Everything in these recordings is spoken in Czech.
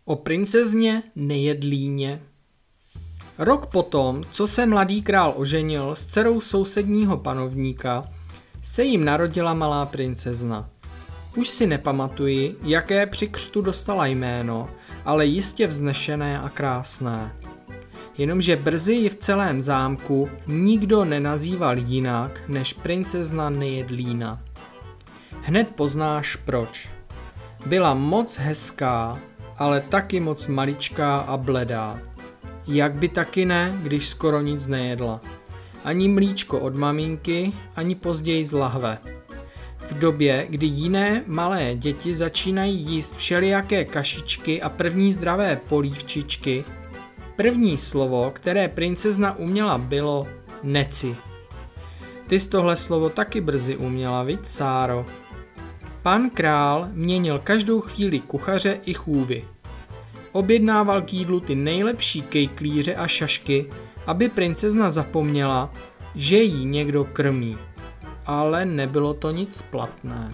O princezně Nejedlíně. Rok potom, co se mladý král oženil s dcerou sousedního panovníka, se jim narodila malá princezna. Už si nepamatuji, jaké při křtu dostala jméno, ale jistě vznešené a krásné. Jenomže brzy ji v celém zámku nikdo nenazýval jinak než princezna Nejedlína. Hned poznáš proč. Byla moc hezká, ale taky moc maličká a bledá. Jak by taky ne, když skoro nic nejedla. Ani mlíčko od maminky, ani později z lahve. V době, kdy jiné malé děti začínají jíst všelijaké kašičky a první zdravé polívčičky, první slovo, které princezna uměla, bylo neci. Ty jsi tohle slovo taky brzy uměla, viď, Sáro? Pan král měnil každou chvíli kuchaře i chůvy. Objednával k jídlu ty nejlepší kejklíře a šašky, aby princezna zapomněla, že jí někdo krmí. Ale nebylo to nic platné.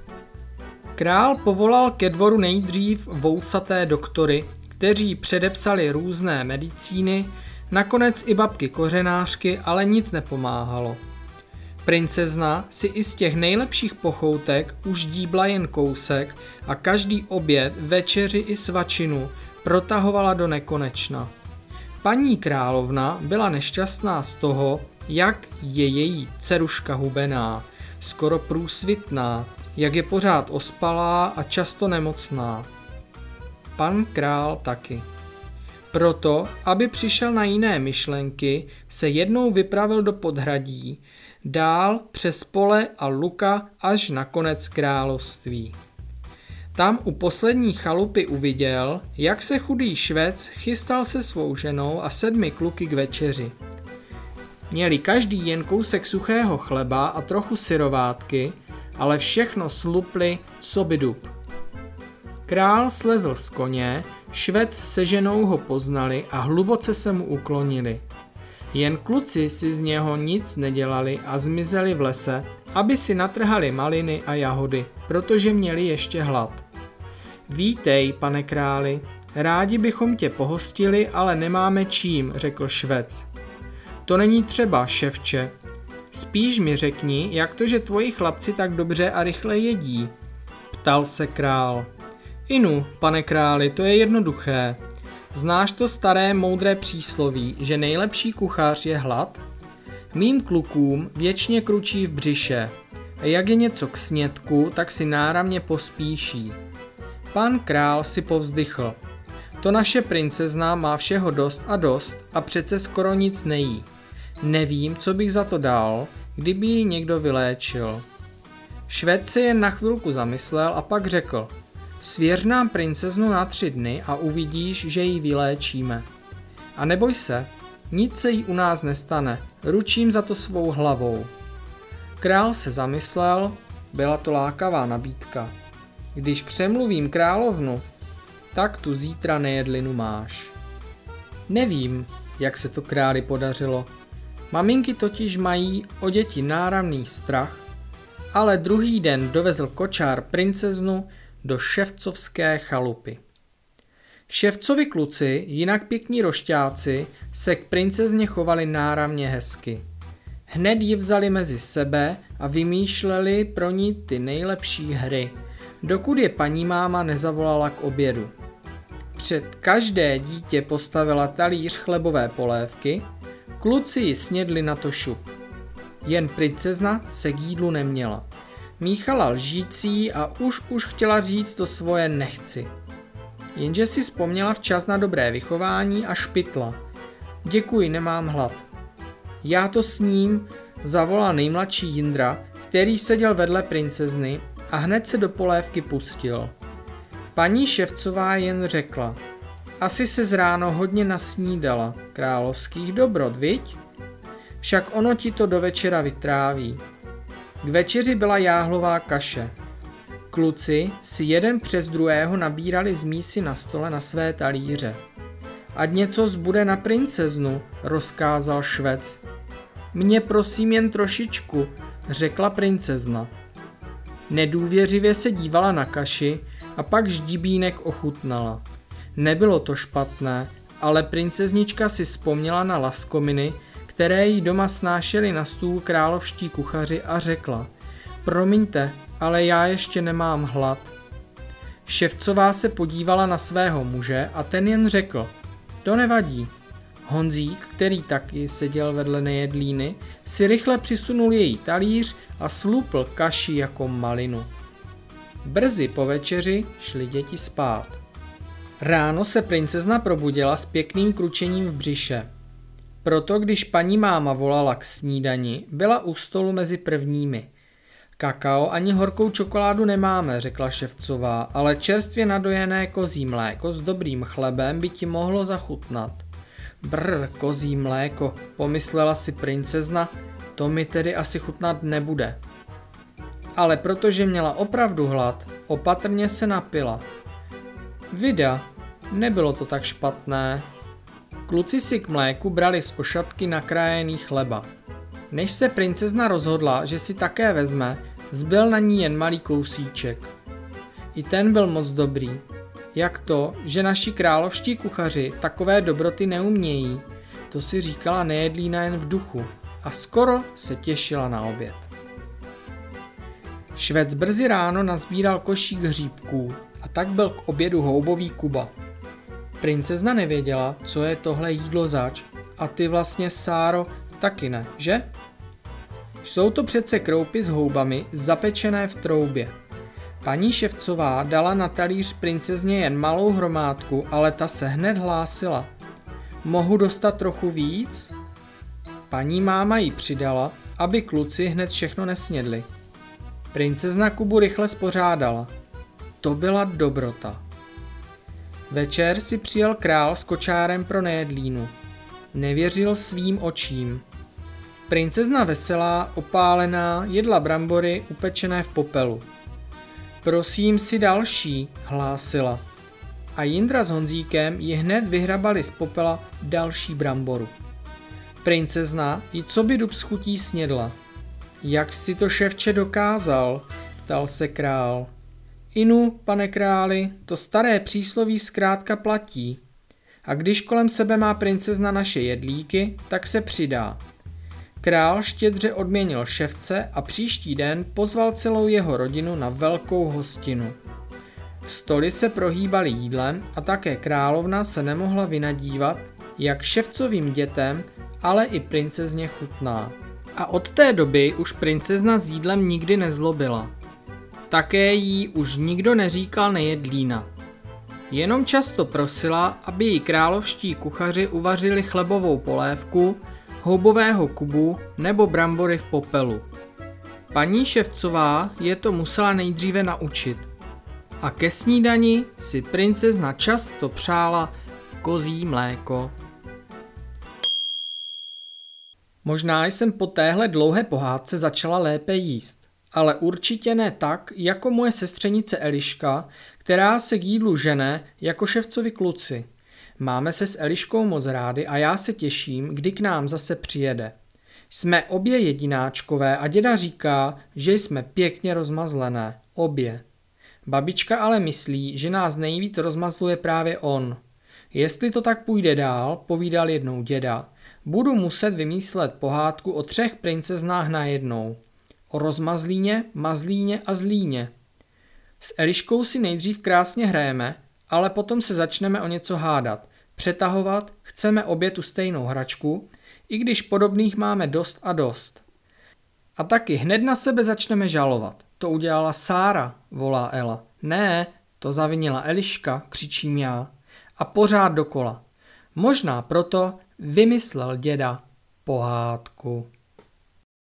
Král povolal ke dvoru nejdřív vousaté doktory, kteří předepsali různé medicíny, nakonec i babky kořenářky, ale nic nepomáhalo. Princezna si i z těch nejlepších pochoutek už díbla jen kousek a každý oběd, večeři i svačinu protahovala do nekonečna. Paní královna byla nešťastná z toho, jak je její dceruška hubená, skoro průsvitná, jak je pořád ospalá a často nemocná. Pan král taky. Proto, aby přišel na jiné myšlenky, se jednou vypravil do podhradí, dál přes pole a luka až na konec království. Tam u poslední chalupy uviděl, jak se chudý Švec chystal se svou ženou a 7 kluky k večeři. Měli každý jen kousek suchého chleba a trochu syrovátky, ale všechno slupli coby dub. Král slezl z koně, Švec se ženou ho poznali a hluboce se mu uklonili. Jen kluci si z něho nic nedělali a zmizeli v lese, aby si natrhali maliny a jahody, protože měli ještě hlad. Vítej, pane králi, rádi bychom tě pohostili, ale nemáme čím, řekl Švec. To není třeba, ševče. Spíš mi řekni, jak to, že tvoji chlapci tak dobře a rychle jedí, ptal se král. Inu, pane králi, to je jednoduché. Znáš to staré moudré přísloví, že nejlepší kuchař je hlad? Mým klukům věčně kručí v břiše a jak je něco k snědku, tak si náramně pospíší. Pan král si povzdychl. To naše princezna má všeho dost a přece skoro nic nejí. Nevím, co bych za to dal, kdyby ji někdo vyléčil. Švec se jen na chvilku zamyslel a pak řekl. Svěř nám princeznu na 3 dny a uvidíš, že ji vyléčíme. A neboj se, nic se jí u nás nestane, ručím za to svou hlavou. Král se zamyslel, byla to lákavá nabídka. Když přemluvím královnu, tak tu zítra Nejedlinu máš. Nevím, jak se to králi podařilo. Maminky totiž mají o děti náramný strach, ale druhý den dovezl kočár princeznu do ševcovské chalupy. Ševcovi kluci, jinak pěkní rošťáci, se k princezně chovali náramně hezky. Hned ji vzali mezi sebe a vymýšleli pro ní ty nejlepší hry, dokud je paní máma nezavolala k obědu. Před každé dítě postavila talíř chlebové polévky, kluci ji snědli na to šup. Jen princezna se k jídlu neměla. Míchala lžící a už chtěla říct to svoje nechci. Jenže si vzpomněla včas na dobré vychování a špitla. Děkuji, nemám hlad. Já to s ním, zavolal nejmladší Jindra, který seděl vedle princezny a hned se do polévky pustil. Paní Ševcová jen řekla, asi se z ráno hodně nasnídala, královských dobrot, viď? Však ono ti to do večera vytráví. K večeři byla jáhlová kaše. Kluci si jeden přes druhého nabírali z mísy na stole na své talíře. Ať něco zbude na princeznu, rozkázal Švec. Mně prosím jen trošičku, řekla princezna. Nedůvěřivě se dívala na kaši a pak ždibínek ochutnala. Nebylo to špatné, ale princeznička si vzpomněla na laskominy, které jí doma snášeli na stůl královští kuchaři a řekla: promiňte, ale já ještě nemám hlad. Ševcová se podívala na svého muže a ten jen řekl: to nevadí. Honzík, který taky seděl vedle Nejedlíny, si rychle přisunul její talíř a slupl kaši jako malinu. Brzy po večeři šly děti spát. Ráno se princezna probudila s pěkným kručením v břiše. Proto, když paní máma volala k snídani, byla u stolu mezi prvními. Kakao ani horkou čokoládu nemáme, řekla Ševcová, ale čerstvě nadojené kozí mléko s dobrým chlebem by ti mohlo zachutnat. Brr, kozí mléko, pomyslela si princezna, to mi tedy asi chutnat nebude. Ale protože měla opravdu hlad, opatrně se napila. Vida, nebylo to tak špatné. Kluci si k mléku brali z ošatky nakrájený chleba. Než se princezna rozhodla, že si také vezme, zbyl na ní jen malý kousíček. I ten byl moc dobrý. Jak to, že naši královští kuchaři takové dobroty neumějí, to si říkala Nejedlína jen v duchu a skoro se těšila na oběd. Švec brzy ráno nazbíral košík hříbků a tak byl k obědu houbový Kuba. Princezna nevěděla, co je tohle jídlo zač, a ty vlastně, Sáro, taky ne, že? Jsou to přece kroupy s houbami zapečené v troubě. Paní Ševcová dala na talíř princezně jen malou hromádku, ale ta se hned hlásila. Mohu dostat trochu víc? Paní máma jí přidala, aby kluci hned všechno nesnědli. Princezna Kubu rychle spořádala. To byla dobrota. Večer si přijel král s kočárem pro Nejedlínu. Nevěřil svým očím. Princezna veselá, opálená, jedla brambory upečené v popelu. Prosím si další, hlásila. A Jindra s Honzíkem ji hned vyhrabali z popela další bramboru. Princezna ji co by dub s chutí snědla. Jak si to, ševče, dokázal? Ptal se král. Inu, pane králi, to staré přísloví zkrátka platí. A když kolem sebe má princezna naše jedlíky, tak se přidá. Král štědře odměnil ševce a příští den pozval celou jeho rodinu na velkou hostinu. Stoly se prohýbaly jídlem a také královna se nemohla vynadívat, jak ševcovým dětem, ale i princezně chutná. A od té doby už princezna s jídlem nikdy nezlobila. Také jí už nikdo neříkal Nejedlína. Jenom často prosila, aby jí královští kuchaři uvařili chlebovou polévku, houbového Kubu nebo brambory v popelu. Paní Ševcová je to musela nejdříve naučit. A ke snídani si princezna často přála kozí mléko. Možná jsem po téhle dlouhé pohádce začala lépe jíst, ale určitě ne tak, jako moje sestřenice Eliška, která se k jídlu žene jako ševcovi kluci. Máme se s Eliškou moc rádi a já se těším, kdy k nám zase přijede. Jsme obě jedináčkové a děda říká, že jsme pěkně rozmazlené. Obě. Babička ale myslí, že nás nejvíc rozmazluje právě on. Jestli to tak půjde dál, povídal jednou děda, budu muset vymyslet pohádku o 3 princeznách najednou. O rozmazlíně, mazlíně a zlíně. S Eliškou si nejdřív krásně hrajeme, ale potom se začneme o něco hádat, přetahovat, chceme obě tu stejnou hračku, i když podobných máme dost a dost. A taky hned na sebe začneme žalovat. To udělala Sára, volá Ela. Ne, to zavinila Eliška, křičím já. A pořád dokola. Možná proto vymyslel děda pohádku.